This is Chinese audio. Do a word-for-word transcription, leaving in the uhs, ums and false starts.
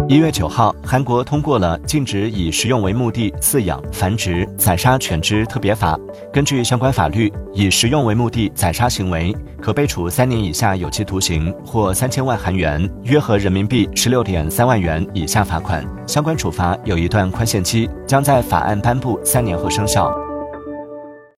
一月九号，韩国通过了禁止以食用为目的饲养、繁殖、宰杀犬只特别法。根据相关法律，以食用为目的宰杀行为可被处三年以下有期徒刑或三千万韩元（约合人民币十六点三万元）以下罚款。相关处罚有一段宽限期，将在法案颁布三年后生效。